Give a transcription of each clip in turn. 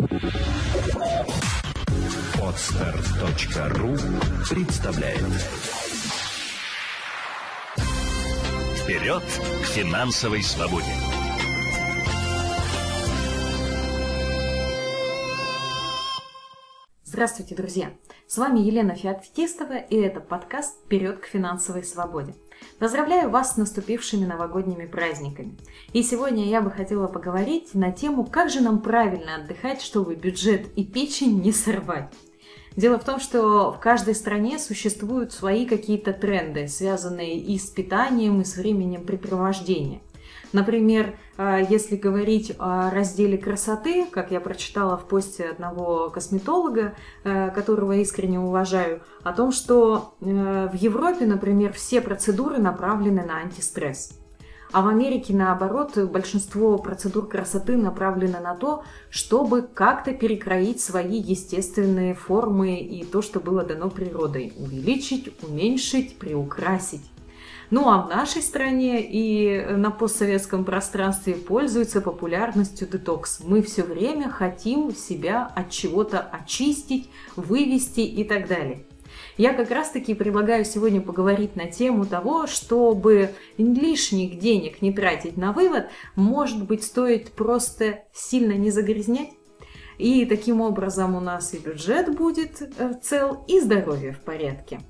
Podster.ru представляет. Вперед к финансовой свободе! Здравствуйте, друзья! С вами Елена Феоктистова, и это подкаст «Вперед к финансовой свободе». Поздравляю вас с наступившими новогодними праздниками. И сегодня я бы хотела поговорить на тему, как же нам правильно отдыхать, чтобы бюджет и печень не сорвать. Дело в том, что в каждой стране существуют свои какие-то тренды, связанные и с питанием, и с временем Например, если говорить о разделе красоты, как я прочитала в посте одного косметолога, которого искренне уважаю, о том, что в Европе, например, все процедуры направлены на антистресс. А в Америке, наоборот, большинство процедур красоты направлены на то, чтобы как-то перекроить свои естественные формы и то, что было дано природой. Увеличить, уменьшить, приукрасить. Ну а в нашей стране и на постсоветском пространстве пользуется популярностью детокс. Мы все время хотим себя от чего-то очистить, вывести и так далее. Я как раз-таки предлагаю сегодня поговорить на тему того, чтобы лишних денег не тратить на вывод, может быть, стоит просто сильно не загрязнять. И таким образом у нас и бюджет будет цел, и здоровье в порядке.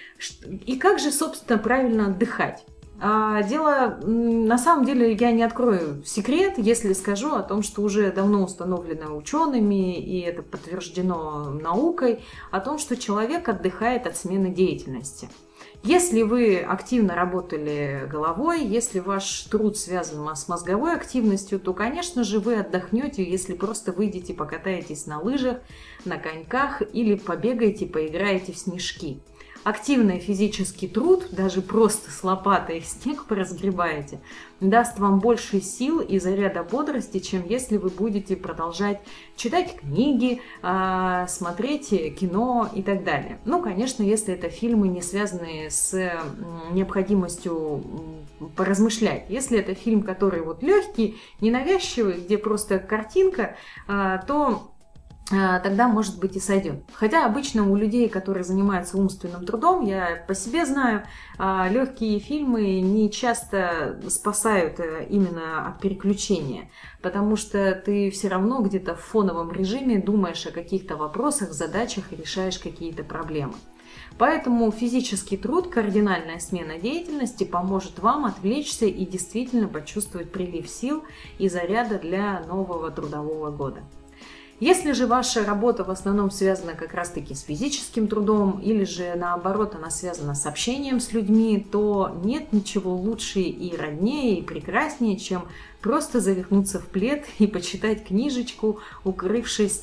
И как же, собственно, правильно отдыхать? Дело, на самом деле, я не открою секрет, если скажу о том, что уже давно установлено учеными, и это подтверждено наукой, о том, что человек отдыхает от смены деятельности. Если вы активно работали головой, если ваш труд связан с мозговой активностью, то, конечно же, вы отдохнете, если просто выйдете, покатаетесь на лыжах, на коньках или побегаете, поиграете в снежки. Активный физический труд, даже просто с лопатой снег поразгребаете, даст вам больше сил и заряда бодрости, чем если вы будете продолжать читать книги, смотреть кино и так далее. Ну, конечно, если это фильмы, не связанные с необходимостью поразмышлять. Если это фильм, который вот легкий, ненавязчивый, где просто картинка, то тогда, может быть, и сойдет. Хотя обычно у людей, которые занимаются умственным трудом, я по себе знаю, легкие фильмы не часто спасают именно от переключения, потому что ты все равно где-то в фоновом режиме думаешь о каких-то вопросах, задачах и решаешь какие-то проблемы. Поэтому физический труд, кардинальная смена деятельности поможет вам отвлечься и действительно почувствовать прилив сил и заряда для нового трудового года. Если же ваша работа в основном связана как раз-таки с физическим трудом, или же наоборот она связана с общением с людьми, то нет ничего лучше и роднее, и прекраснее, чем просто завернуться в плед и почитать книжечку, укрывшись,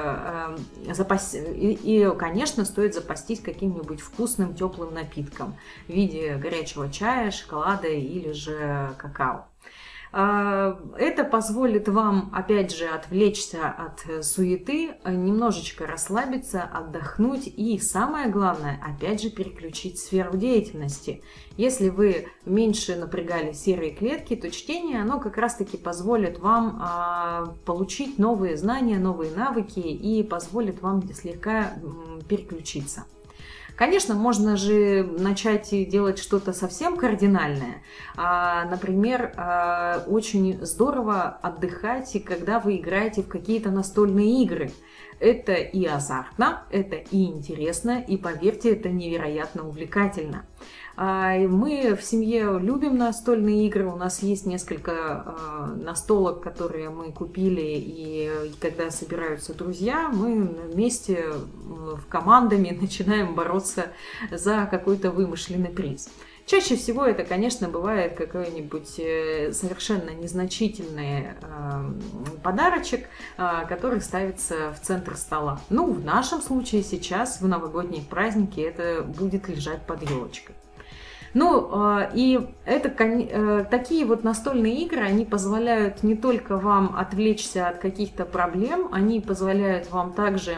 и, конечно, стоит запастись каким-нибудь вкусным теплым напитком в виде горячего чая, шоколада или же какао. Это позволит вам, опять же, отвлечься от суеты, немножечко расслабиться, отдохнуть и, самое главное, опять же, переключить сферу деятельности. Если вы меньше напрягали серые клетки, то чтение, оно как раз-таки позволит вам получить новые знания, новые навыки и позволит вам слегка переключиться. Конечно, можно же начать делать что-то совсем кардинальное. Например, очень здорово отдыхать, когда вы играете в какие-то настольные игры. Это и азартно, это и интересно, и, поверьте, это невероятно увлекательно. Мы в семье любим настольные игры, у нас есть несколько настолок, которые мы купили, и когда собираются друзья, мы вместе командами начинаем бороться за какой-то вымышленный приз. Чаще всего это, конечно, бывает какой-нибудь совершенно незначительный подарочек, который ставится в центр стола. Ну, в нашем случае сейчас, в новогодние праздники, это будет лежать под елочкой. Ну, и это, такие вот настольные игры, они позволяют не только вам отвлечься от каких-то проблем, они позволяют вам также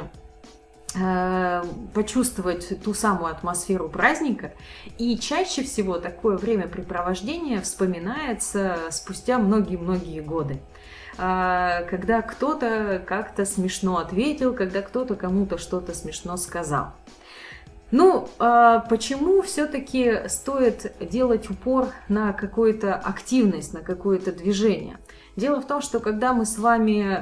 почувствовать ту самую атмосферу праздника. И чаще всего такое времяпрепровождение вспоминается спустя многие-многие годы. когда кто-то как-то смешно ответил, когда кто-то кому-то что-то смешно сказал. Почему все-таки стоит делать упор на какую-то активность, на какое-то движение? Дело в том, что когда мы с вами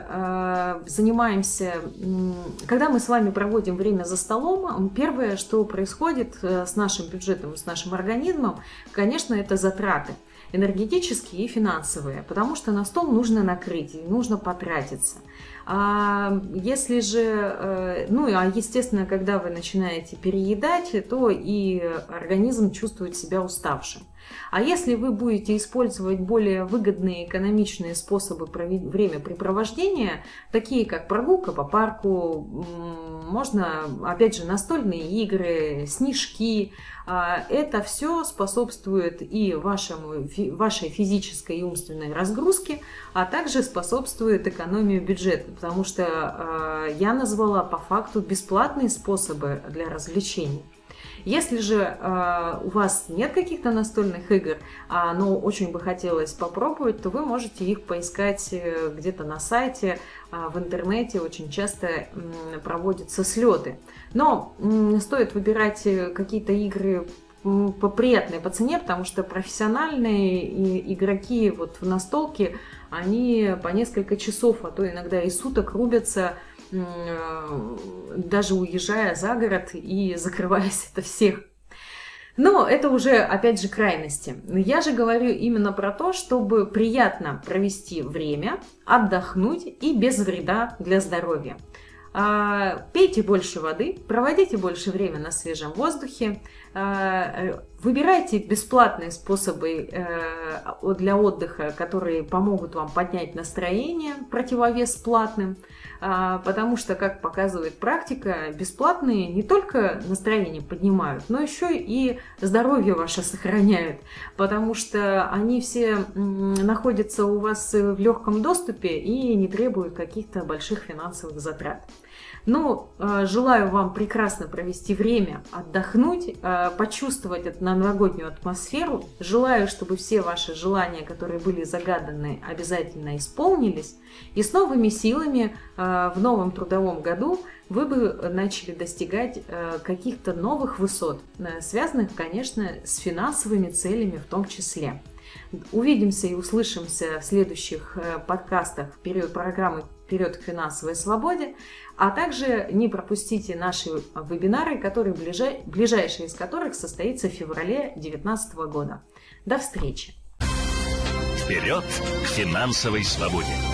когда мы с вами проводим время за столом, первое, что происходит с нашим бюджетом, с нашим организмом, конечно, это затраты энергетические и финансовые, потому что на стол нужно накрыть, нужно потратиться. Если же, естественно, когда вы начинаете переедать, то и организм чувствует себя уставшим. А если вы будете использовать более выгодные экономичные способы времяпрепровождения, такие как прогулка по парку, можно, опять же, настольные игры, снежки, это все способствует и вашей физической и умственной разгрузке, а также способствует экономии бюджета, потому что я назвала по факту бесплатные способы для развлечений. Если же у вас нет каких-то настольных игр, но очень бы хотелось попробовать, то вы можете их поискать где-то на сайте, в интернете. Очень часто проводятся слеты. Но стоит выбирать какие-то игры приятные по цене, потому что профессиональные игроки в настолке, они по несколько часов, а то иногда и суток рубятся, даже уезжая за город и закрываясь от всех. Но это уже, опять же, крайности. Я же говорю именно про то, чтобы приятно провести время, отдохнуть и без вреда для здоровья. Пейте больше воды, проводите больше времени на свежем воздухе, выбирайте бесплатные способы для отдыха, которые помогут вам поднять настроение, противовес платным, потому что, как показывает практика, бесплатные не только настроение поднимают, но еще и здоровье ваше сохраняют, потому что они все находятся у вас в легком доступе и не требуют каких-то больших финансовых затрат. Желаю вам прекрасно провести время, отдохнуть, почувствовать эту новогоднюю атмосферу. Желаю, чтобы все ваши желания, которые были загаданы, обязательно исполнились. И с новыми силами в новом трудовом году вы бы начали достигать каких-то новых высот, связанных, конечно, с финансовыми целями в том числе. Увидимся и услышимся в следующих подкастах программы «Вперед к финансовой свободе», а также не пропустите наши вебинары, ближайший из которых состоится в феврале 2019 года. До встречи! Вперед к финансовой свободе!